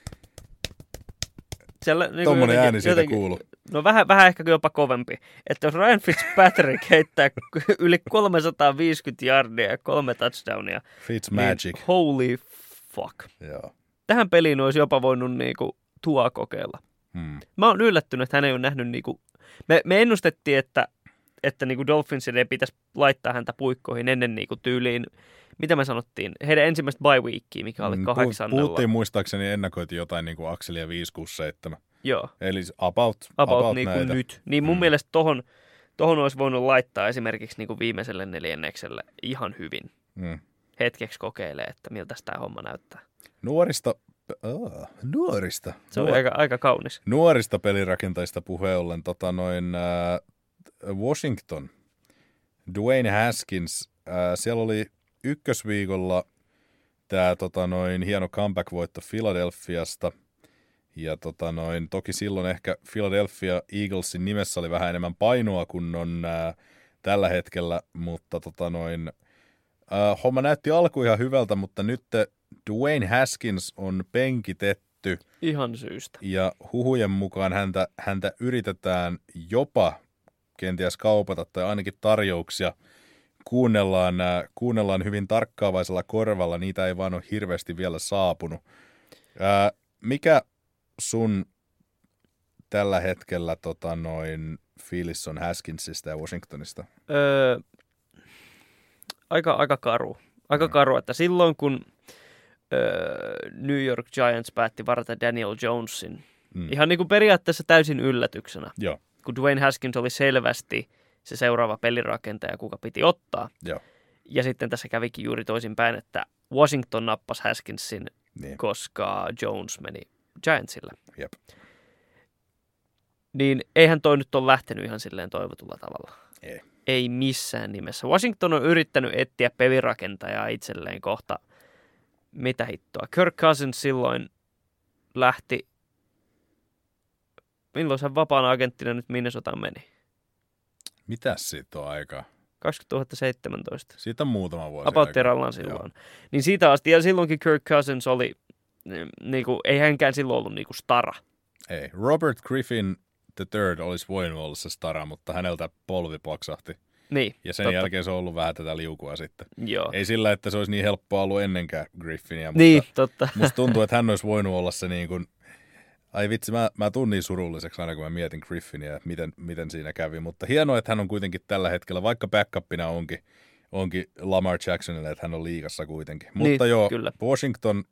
Tuommoinen ääni siitä kuuluu. No vähän ehkä jopa kovempi. Että jos Ryan Fitzpatrick heittää yli 350 yardia ja 3 touchdownia, Fitzmagic. Niin holy fuck. Joo. Tähän peliin olisi jopa voinut niinku Tua kokeilla. Mä oon yllättynyt, että hän ei ole nähnyt niinku... Me ennustettiin, että niinku Dolphinsin ei pitäisi laittaa häntä puikkoihin ennen niinku tyyliin. Mitä me sanottiin? Heidän ensimmäistä bye weekia, mikä oli 8. Puhuttiin muistaakseni, ennakoitiin jotain niin kuin akselia 5, 6, 7. Joo. Eli about niin kuin näitä. nyt. Niin mun mielestä tohon olisi voinut laittaa esimerkiksi niin kuin viimeiselle 4. ihan hyvin. Hetkeksi kokeilee, että miltä tämä homma näyttää. Nuorista. Se on aika kaunis. Nuorista pelirakentajista puheen ollen Washington, Dwayne Haskins, siellä oli ykkösviikolla tämä hieno comeback-voitto Philadelphiasta. Ja toki silloin ehkä Philadelphia Eaglesin nimessä oli vähän enemmän painoa kuin on tällä hetkellä, mutta homma näytti alkuun ihan hyvältä, mutta nyt Dwayne Haskins on penkitetty. Ihan syystä. Ja huhujen mukaan häntä yritetään jopa kenties kaupata tai ainakin tarjouksia kuunnellaan hyvin tarkkaavaisella korvalla, niitä ei vaan ole hirveästi vielä saapunut. sun tällä hetkellä fiilis on Haskinsista ja Washingtonista? Aika karu. Aika karu, että silloin kun New York Giants päätti varata Daniel Jonesin, ihan niin kuin periaatteessa täysin yllätyksenä, Joo. kun Dwayne Haskins oli selvästi se seuraava pelirakentaja, kuka piti ottaa. Joo. Ja sitten tässä kävikin juuri toisinpäin, että Washington nappasi Haskinsin, Niin. koska Jones meni Giantsille. Jep. Niin eihän toi nyt ole lähtenyt ihan silleen toivotulla tavalla. Ei. Ei missään nimessä. Washington on yrittänyt etsiä pelirakentajaa itselleen kohta. Mitä hittoa? Kirk Cousins silloin lähti. Milloin hän vapaana agenttina nyt Minnesotaan meni? Mitäs siitä on aikaa? 2017. Siitä on muutama vuosi About aikaa. terallaan silloin. Niin siitä asti, ja silloinkin Kirk Cousins oli, niinku, ei hänkään silloin ollut niinku stara. Ei. Robert Griffin III olisi voinut olla se stara, mutta häneltä polvi paksahti. Niin, Ja sen totta. jälkeen se on ollut vähän tätä liukua sitten. Joo. Ei sillä, että se olisi niin helppoa ollut ennenkään Griffinia, mutta Niin, totta. musta tuntuu, että hän olisi voinut olla se niin kuin, ai vitsi, mä tuun niin surulliseksi aina, kun mä mietin Griffinia, että miten siinä kävi. Mutta hienoa, että hän on kuitenkin tällä hetkellä, vaikka backupina onkin Lamar Jacksonille, että hän on liigassa kuitenkin. Niin, Mutta joo, kyllä. Washington,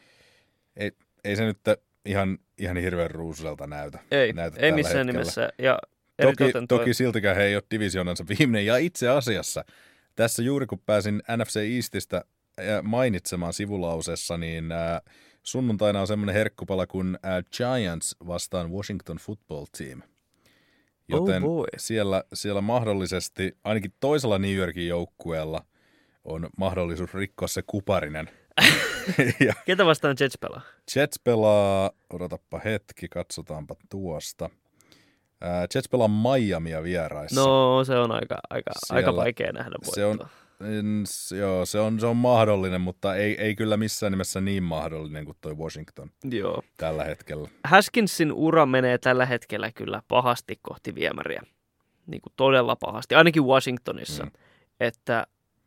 ei se nyt ihan hirveän ruususelta näytä. Ei näytä ei tällä missään hetkellä. nimessä. Ja eritoten Toki siltikään he ei ole divisionansa viimeinen. Ja itse asiassa, tässä juuri kun pääsin NFC Eastistä mainitsemaan sivulauseessa, niin sunnuntaina on semmoinen herkkupala kuin Giants vastaan Washington Football Team. Joten boy. siellä mahdollisesti, ainakin toisella New Yorkin joukkueella, on mahdollisuus rikkoa se kuparinen. Ja Ketä vastaan Jets pelaa? Jets pelaa, odotappa hetki, katsotaanpa tuosta. Jets pelaa Miamia vieraissa. No, se on aika Siellä- vaikea nähdä se on, voittoa. joo, se on mahdollinen, mutta ei kyllä missään nimessä niin mahdollinen kuin toi Washington Joo. tällä hetkellä. Haskinsin ura menee tällä hetkellä kyllä pahasti kohti viemäriä. Niin kuin todella pahasti, ainakin Washingtonissa. Että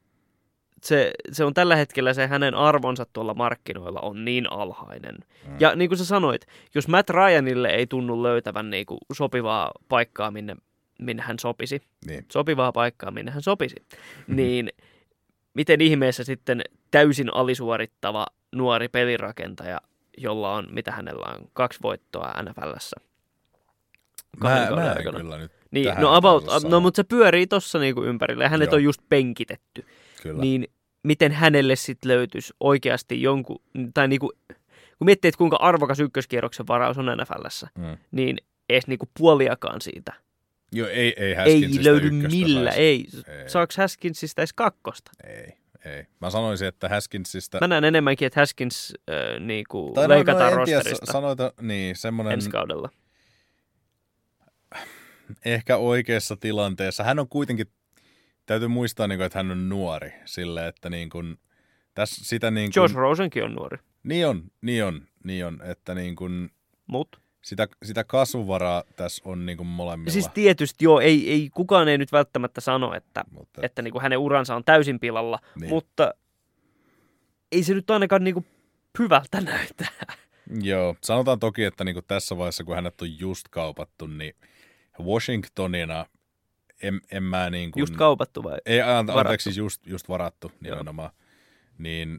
se on tällä hetkellä se hänen arvonsa tuolla markkinoilla on niin alhainen. Ja niin kuin sä sanoit, jos Matt Ryanille ei tunnu löytävän niin kuin sopivaa paikkaa, minne hän sopisi, Niin. sopivaa paikkaa, minne hän sopisi, niin miten ihmeessä sitten täysin alisuorittava nuori pelirakentaja, jolla on, mitä hänellä on, 2 voittoa NFL:ssä. kahden kauden Mä en aikana. kyllä nyt Niin, tähän no, sanoa. mutta se pyörii tossa niinku ympärillä ja hänet Joo. on just penkitetty. Kyllä. Niin miten hänelle sitten löytyisi oikeasti jonkun, tai niinku, kun miettii, että kuinka arvokas ykköskierroksen varaus on NFL:ssä, niin edes niinku puoliakaan siitä. Joo, ei Ei Haskinsista löydy ykköstä millä, saisi. ei. Ei. Saako Haskinsista edes 2? Ei. Mä sanoisin, että Haskinsista... Mä näen enemmänkin, että Haskins niinku Tai leikataan en tiedä, rosterista sanoita, niin, semmoinen ensi kaudella. ehkä oikeassa tilanteessa. Hän on kuitenkin, täytyy muistaa, niin kuin, että hän on nuori sille, että niin kuin, tässä sitä niin kuin, Josh Rosenkin on nuori, niin on, että niin kuin, mutta sitä kasvuvaraa tässä on niin kuin molemmilla. siis tietysti joo, ei kukaan ei nyt välttämättä sano, Mutta, että niinku hänen uransa on täysin pilalla, Niin. mutta ei se nyt ainakaan niinku hyvältä näytä. joo, sanotaan toki, että niin kuin tässä vaiheessa, kun hänet on just kaupattu, niin Washingtonina en mä niin kuin... Just kaupattu vai? Ei, Varattu. anteeksi, just varattu nimenomaan. Niin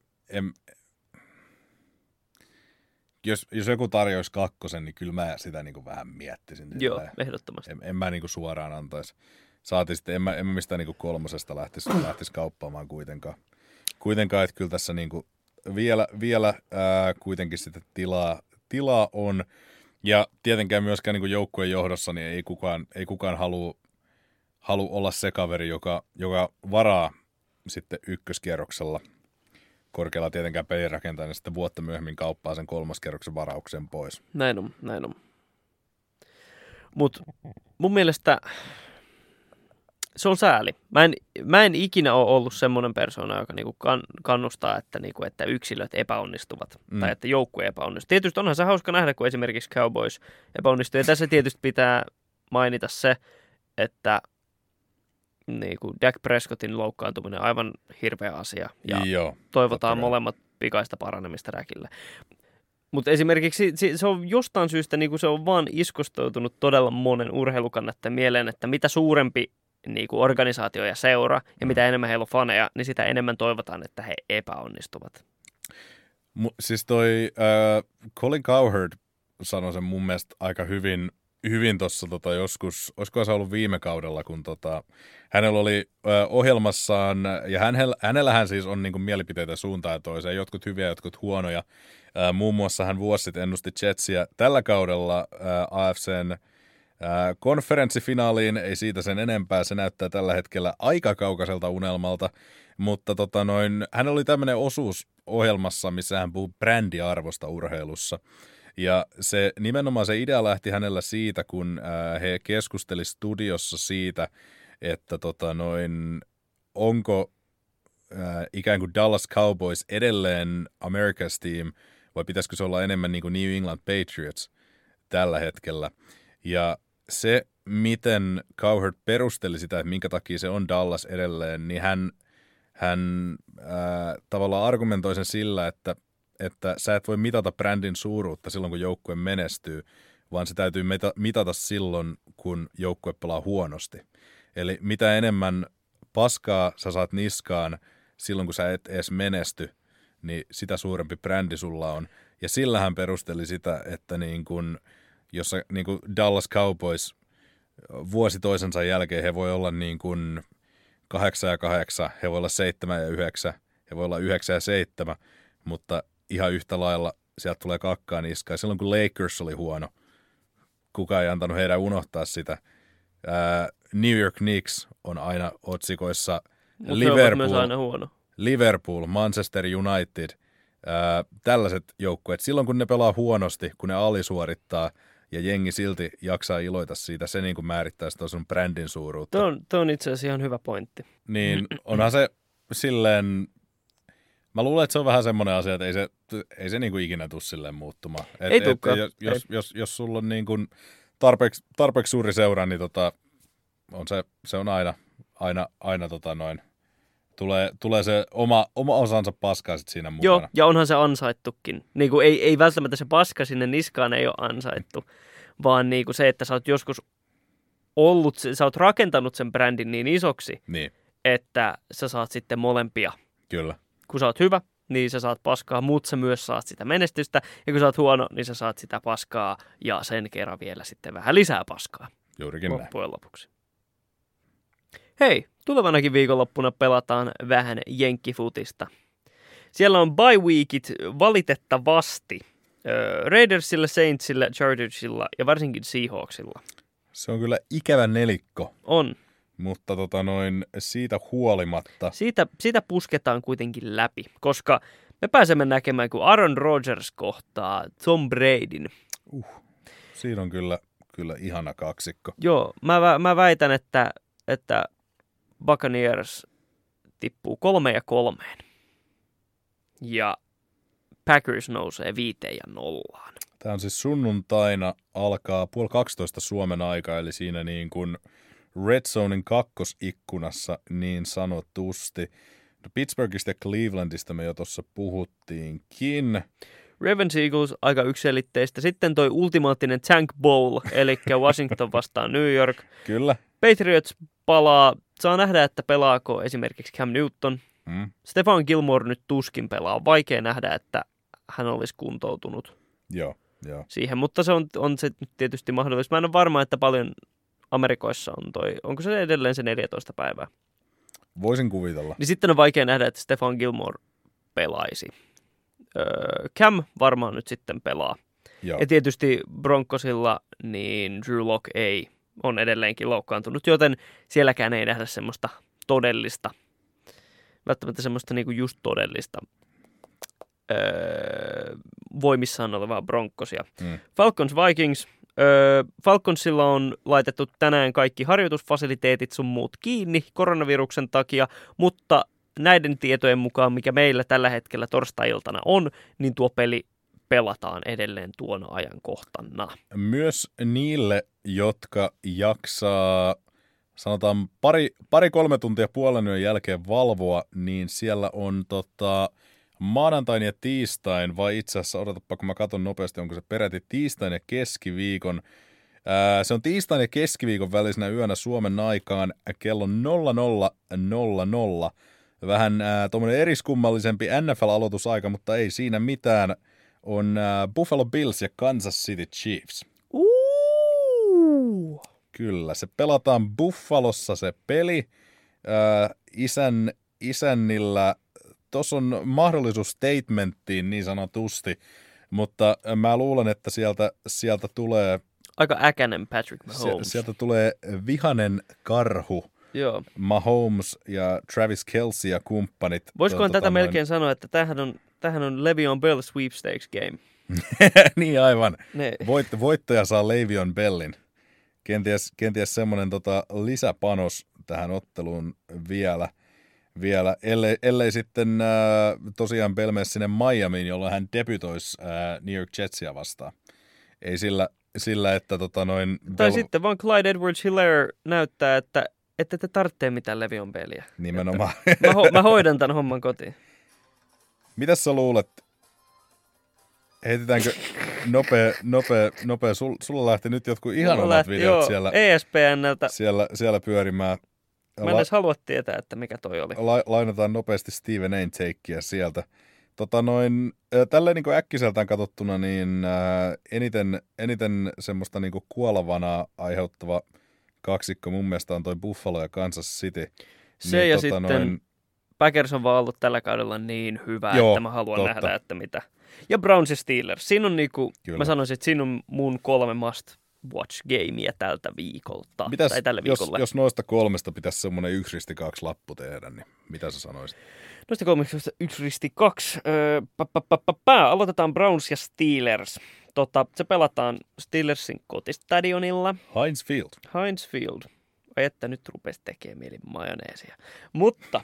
jos joku tarjoisi 2, niin kyllä mä sitä niin kuin vähän miettisin. Joo, Silleen. ehdottomasti. En mä niin kuin suoraan antaisi. Saati sitten, en mä mistään niin kuin 3 lähtisi kauppaamaan kuitenkaan. Kuitenkaan, että kyllä tässä niin kuin vielä kuitenkin sitten tilaa on. Ja tietenkään myöskään niin kuin joukkueen johdossa niin ei kukaan halua olla se kaveri, joka varaa sitten ykköskierroksella korkealla tietenkään pelirakentajana sitten vuotta myöhemmin kauppaa sen 3. kierroksen varauksen pois. Näin on. Mut mun mielestä se on sääli. Mä en ikinä ole ollut semmoinen persoona, joka niinku kannustaa, että yksilöt epäonnistuvat tai että joukkue epäonnistuu. Tietysti onhan se hauska nähdä, kun esimerkiksi Cowboys epäonnistuu. Ja tässä tietysti pitää mainita se, että niinku Dak Prescottin loukkaantuminen on aivan hirveä asia. Ja Joo, toivotaan totta kai. molemmat pikaista paranemista Dakille. Mutta esimerkiksi se on jostain syystä niin kuin se on vaan iskostautunut todella monen urheilukannattajan mieleen, että mitä suurempi niin kuin organisaatio ja seura ja mitä enemmän heillä on faneja, niin sitä enemmän toivotaan, että he epäonnistuvat. Siis toi Colin Cowherd sanoi sen mun mielestä aika hyvin tuossa joskus, olisiko se ollut viime kaudella, kun hänellä oli ohjelmassaan, ja hänellähän siis on niinku mielipiteitä suuntaan ja toiseen, jotkut hyviä, jotkut huonoja. Muun muassa hän vuosi sitten ennusti Jetsiä tällä kaudella AFCn konferenssifinaaliin, ei siitä sen enempää, se näyttää tällä hetkellä aika kaukaiselta unelmalta, mutta hänellä oli tämmöinen osuus ohjelmassa, missä hän puhui brändiarvosta urheilussa. Ja nimenomaan se idea lähti hänellä siitä, kun he keskusteli studiossa siitä, että onko ikään kuin Dallas Cowboys edelleen America's team, vai pitäisikö se olla enemmän niin kuin New England Patriots tällä hetkellä. Ja se, miten Cowherd perusteli sitä, että minkä takia se on Dallas edelleen, niin hän tavallaan argumentoi sen sillä, että sä et voi mitata brändin suuruutta silloin, kun joukkue menestyy, vaan se täytyy mitata silloin, kun joukkue pelaa huonosti. Eli mitä enemmän paskaa sä saat niskaan silloin, kun sä et edes menesty, niin sitä suurempi brändi sulla on. Ja sillä hän perusteli sitä, että jos Dallas Cowboys vuosi toisensa jälkeen he voi olla 8-8, he voi olla 7-9, he voi olla 9-7, mutta ihan yhtä lailla sieltä tulee kakkaa niskaan. Silloin kun Lakers oli huono, kukaan ei antanut heidän unohtaa sitä. New York Knicks on aina otsikoissa. Liverpool, Manchester United, tällaiset joukkueet. Silloin kun ne pelaa huonosti, kun ne alisuorittaa ja jengi silti jaksaa iloita siitä, se niin kuin määrittää sitä sun brändin suuruutta. Tuo on itse asiassa ihan hyvä pointti. Niin onhan se silleen, mä luulen, että se on vähän semmoinen asia, että ei se niin kuin ikinä tule silleen muuttumaan. Ei tulekaan. Jos sulla on niin kuin tarpeeksi suuri seura, niin se on aina tulee se oma osansa paskaa sit siinä mukana. Joo, ja onhan se ansaittukin. Niin kuin ei välttämättä se paska sinne niskaan ei ole ansaittu, vaan niin kuin se, että sä oot joskus sä oot rakentanut sen brändin niin isoksi, niin, että sä saat sitten molempia. Kyllä. Kun sä oot hyvä, niin sä saat paskaa, mutta sä myös saat sitä menestystä. Ja kun sä oot huono, niin sä saat sitä paskaa ja sen kerran vielä sitten vähän lisää paskaa. Juurikin loppujen lopuksi. Hei, tulevanakin viikonloppuna pelataan vähän jenkkifutista. Siellä on bye weekit valitettavasti Raidersilla, Saintsilla, Chargersilla ja varsinkin Seahawksilla. Se on kyllä ikävä nelikko. On. Mutta siitä huolimatta. Siitä pusketaan kuitenkin läpi, koska me pääsemme näkemään, kun Aaron Rodgers kohtaa Tom Bradyn. Siinä on kyllä ihana kaksikko. Joo, mä väitän, että Buccaneers tippuu 3-3. Ja Packers nousee 5-0. Tämä on siis sunnuntaina, alkaa 11:30 Suomen aika, eli siinä niin kuin Red Zonein kakkosikkunassa niin sanotusti. No Pittsburghista ja Clevelandista me jo tuossa puhuttiinkin. Ravens Eagles aika yksiselitteistä. Sitten toi ultimaattinen Tank Bowl, eli Washington vastaan New York. Kyllä. Patriots palaa. Saa nähdä, että pelaako esimerkiksi Cam Newton. Stephon Gilmore nyt tuskin pelaa. On vaikea nähdä, että hän olisi kuntoutunut siihen, mutta se on se nyt tietysti mahdollista. Mä en ole varma, että paljon Amerikoissa on onko se edelleen se 14 päivää? Voisin kuvitella. Niin sitten on vaikea nähdä, että Stephon Gilmore pelaisi. Cam varmaan nyt sitten pelaa. Joo. Ja tietysti Broncosilla niin Drew Lock on edelleenkin loukkaantunut, joten sielläkään ei nähdä semmoista todellista, välttämättä semmoista niinku just todellista voimissaan olevaa Broncosia. Falcons Vikings. Falconsilla on laitettu tänään kaikki harjoitusfasiliteetit sun muut kiinni koronaviruksen takia, mutta näiden tietojen mukaan, mikä meillä tällä hetkellä torstai-iltana on, niin tuo peli pelataan edelleen tuona ajankohtana. Myös niille, jotka jaksaa, sanotaan 2-3 tuntia puolen yön jälkeen valvoa, niin siellä on maanantain ja tiistain, vai itse asiassa, odotapa, kun mä katson nopeasti, onko se peräti tiistain ja keskiviikon. Se on tiistain ja keskiviikon välisenä yönä Suomen aikaan kello 00:00. Vähän tuommoinen eriskummallisempi NFL-aloitusaika, mutta ei siinä mitään. On Buffalo Bills ja Kansas City Chiefs. Kyllä, se pelataan Buffalossa se peli. Isännillä, tuossa on mahdollisuus statementtiin niin sanotusti, mutta mä luulen, että sieltä tulee... Aika äkänen Patrick Mahomes. Sieltä tulee vihanen karhu. Joo. Mahomes ja Travis Kelce ja kumppanit. Voisikohan tätä melkein sanoa, että tämähän on Le'Veon Bell sweepstakes game. Niin aivan. Ne. Voittaja saa Le'Veon Bellin. Kenties semmoinen lisäpanos tähän otteluun vielä ellei sitten tosiaan Bell mene sinne Miamiin, jolloin hän debytoisi New York Jetsia vastaan. Ei sillä että Tai sitten vaan Clyde Edwards-Helaire näyttää, että ette te tarvitse mitään Le'Veon Bellia. Nimenomaan. Mä hoidan tämän homman kotiin. Mitäs sä luulet? Heitetäänkö nopea. Sulla lähti nyt jotkut ihan omat videot siellä. ESPNltä. Siellä pyörimään. Mä en edes halua tietää, että mikä toi oli. Lainataan nopeasti Steven Ain takeia sieltä. Tälleen niin kuin äkkiseltään katsottuna, niin eniten semmoista niin kuin kuolavanaa aiheuttava kaksikko mun mielestä on toi Buffalo ja Kansas City. Se niin, ja sitten Packers on vaan ollut tällä kaudella niin hyvä, että mä haluan nähdä, että mitä. Ja Browns ja Steelers. Siinä on niinku, mä sanoisin, että siinä on mun 3 must watch gameia tältä viikolta. Mitäs, tai tällä viikolla. Jos noista 3 pitäisi semmoinen 1-2 lappu tehdä, niin mitä sä sanoisit? Noista 3 1-2. Aloitetaan Browns ja Steelers. Se pelataan Steelersin kotistadionilla. Heinz Field. Ai että nyt rupesi tekemään mieli majoneesia. Mutta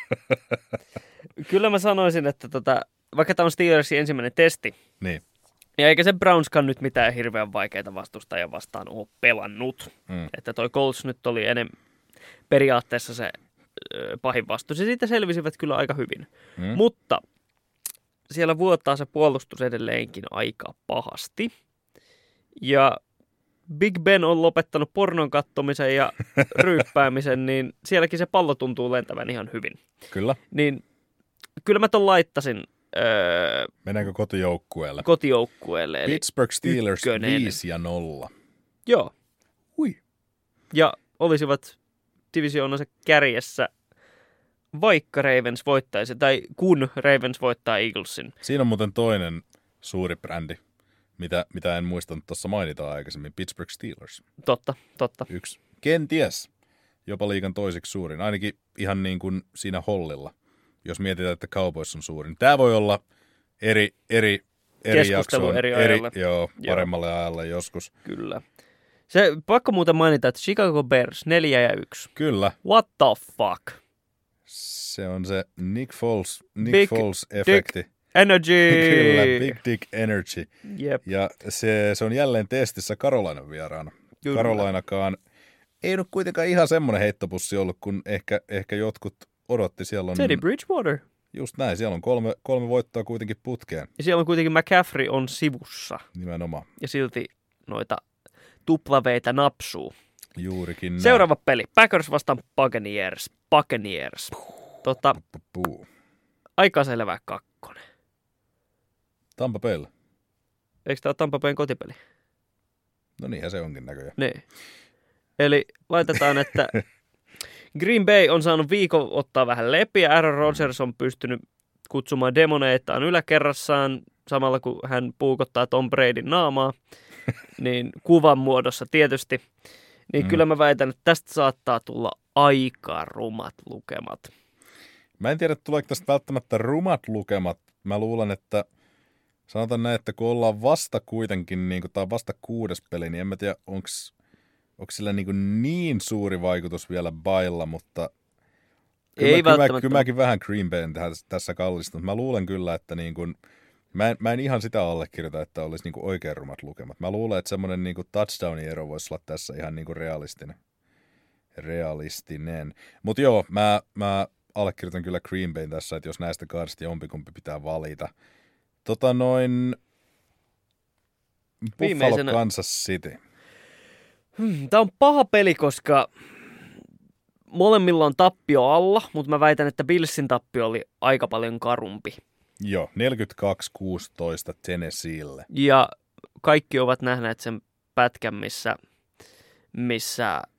kyllä mä sanoisin, että vaikka tämä on Steelersin ensimmäinen testi, niin. Ja eikä se Brownskaan nyt mitään hirveän vaikeita vastustajia vastaan ole pelannut. Että toi Colts nyt oli periaatteessa se pahin vastus. Ja siitä selvisivät kyllä aika hyvin. Mutta siellä vuottaa se puolustus edelleenkin aika pahasti. Ja Big Ben on lopettanut pornon kattomisen ja ryyppäämisen, niin sielläkin se pallo tuntuu lentävän ihan hyvin. Kyllä. Niin kyllä mä ton laittasin. Mennäänkö kotijoukkueelle? Kotijoukkueelle. Pittsburgh Steelers 5-0. Joo. Hui. Ja olisivat divisioonansa kärjessä, vaikka Ravens voittaisi, tai kun Ravens voittaa Eaglesin. Siinä on muuten toinen suuri brändi, mitä en muistanut tuossa mainita aikaisemmin, Pittsburgh Steelers. Totta. Yksi. Kenties jopa liigan toiseksi suurin, ainakin ihan niin kuin siinä hollilla. Jos mietitään, että Cowboys on suurin. Tämä voi olla eri jaksoon, eri ajalle. Paremmalle ajalle joskus. Kyllä. Se pakko muuten mainita, että Chicago Bears 4-1. Kyllä. What the fuck? Se on se Nick Foles-efekti. Energy! Kyllä, Big Dick Energy. Jep. Ja se on jälleen testissä Carolinan vieraana. Kyllä. Carolinakaan ei nyt kuitenkaan ihan semmoinen heittopussi ollut, kun ehkä jotkut odotti. Siellä on Teddy Bridgewater. Just näin, siellä on kolme voittoa kuitenkin putkeen. Ja siellä on kuitenkin McCaffrey on sivussa. Nimenomaan. Ja silti noita tuplaveitä napsuu. Juurikin näin. Seuraava peli. Packers vastaan Buccaneers. Aika selvä 2. Tampa Baylla. Eikö tämä ole Tampa Bayn kotipeli? No niinhän se onkin näköjään. Niin. Eli laitetaan, että Green Bay on saanut viikon ottaa vähän lepiä. Aaron Rodgers on pystynyt kutsumaan demoneitaan yläkerrassaan samalla kun hän puukottaa Tom Bradyn naamaa. Niin kuvan muodossa tietysti. Niin kyllä mä väitän, että tästä saattaa tulla aika rumat lukemat. Mä en tiedä, tuleeko tästä välttämättä rumat lukemat. Mä luulen, että sanotaan näin, että kun ollaan vasta kuitenkin, niin tämä on vasta 6. peli, niin en mä tiedä, onko sillä niin suuri vaikutus vielä Baylla, mutta kyllä mäkin vähän Green Bayn tässä kallistunut. Mä luulen kyllä, että niin kuin, mä en ihan sitä allekirjoita, että olisi niin kuin oikein rumat lukemat. Mä luulen, että semmoinen niin kuin touchdownin ero voisi olla tässä ihan niin kuin realistinen. Mutta joo, mä allekirjoitan kyllä Green Bayn tässä, että jos näistä kahdesta jompikumpi pitää valita. Buffalo, Kansas City. Tämä on paha peli, koska molemmilla on tappio alla, mutta mä väitän, että Billsin tappio oli aika paljon karumpi. Joo, 42-16 Tennesseelle. Ja kaikki ovat nähneet sen pätkän, missä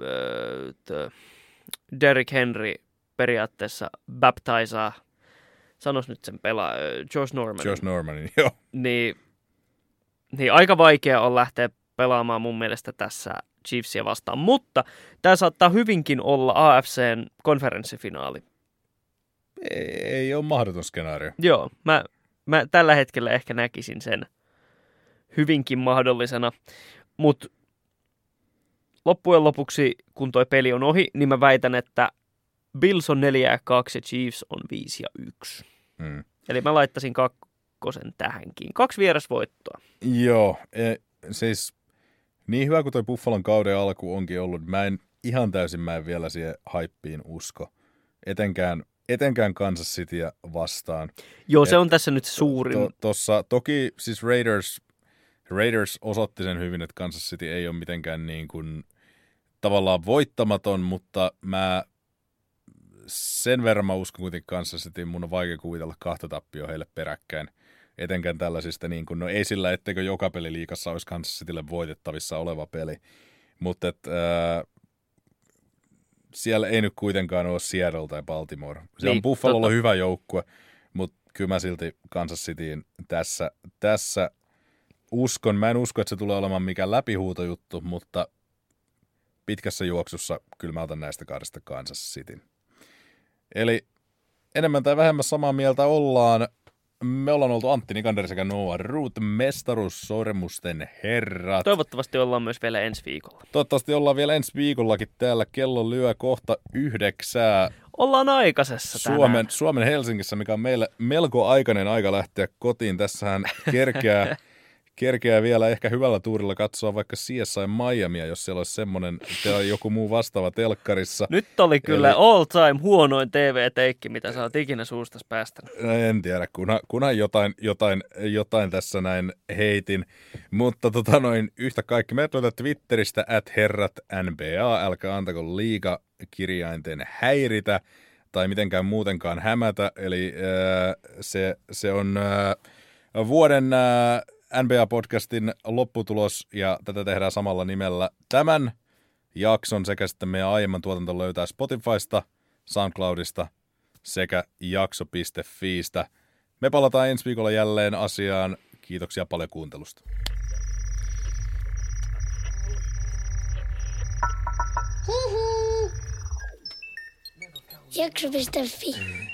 Derrick Henry periaatteessa baptizaa, sanos nyt sen Josh Normanin, joo. Niin aika vaikea on lähteä pelaamaan mun mielestä tässä Chiefsia vastaan, mutta tämä saattaa hyvinkin olla AFCn konferenssifinaali. Ei ole mahdoton skenaario. Joo, mä tällä hetkellä ehkä näkisin sen hyvinkin mahdollisena, mutta loppujen lopuksi, kun toi peli on ohi, niin mä väitän, että Bills on 4-2 ja Chiefs on 5-1. Eli mä laittaisin 2 tähänkin. 2 vierasvoittoa. Joo, siis niin hyvä kuin toi Buffalon kauden alku onkin ollut, mä en vielä siihen haippiin usko. Etenkään Kansas Cityä vastaan. Joo, se on tässä nyt suurin. Toki siis Raiders osoitti sen hyvin, että Kansas City ei ole mitenkään niin kuin tavallaan voittamaton, mutta mä sen verran mä uskon kuitenkin Kansas City, mun on vaikea kuvitella 2 tappioa heille peräkkäin. Etenkään tällaisista, niin kuin, no ei sillä, etteikö joka peli liigassa olisi Kansas Citylle voitettavissa oleva peli, mutta siellä ei nyt kuitenkaan ole Seattle tai Baltimore. Se on Buffalolla hyvä joukkue, mutta kyllä mä silti Kansas Cityin tässä uskon. Mä en usko, että se tulee olemaan mikään läpihuutojuttu, mutta pitkässä juoksussa kyllä mä otan näistä 2 Kansas Cityn. Eli enemmän tai vähemmän samaa mieltä ollaan. Me ollaan oltu Antti Nikander sekä Noah Root, mestaruussormusten herrat. Toivottavasti ollaan myös vielä ensi viikolla. Toivottavasti ollaan vielä ensi viikollakin täällä. Kello lyö kohta 9. Ollaan aikaisessa tänään. Suomen Helsingissä, mikä on meille melko aikainen aika lähteä kotiin. Tässähän kerkeää vielä ehkä hyvällä tuurilla katsoa vaikka CSI Miamia, jos siellä olisi semmoinen tai joku muu vastaava telkkarissa. Nyt oli kyllä all time huonoin TV-teikki, mitä sä oot ikinä suustas päästänyt. En tiedä, kunhan jotain tässä näin heitin. Mutta yhtä kaikki. Me löytää Twitteristä @herratnba, älkää antako liigakirjainten häiritä tai mitenkään muutenkaan hämätä. Eli se on vuoden NBA-podcastin lopputulos, ja tätä tehdään samalla nimellä. Tämän jakson sekä sitten meidän aiemman tuotanto löytää Spotifysta, SoundCloudista sekä jakso.fiistä. Me palataan ensi viikolla jälleen asiaan. Kiitoksia paljon kuuntelusta. Jakso.fi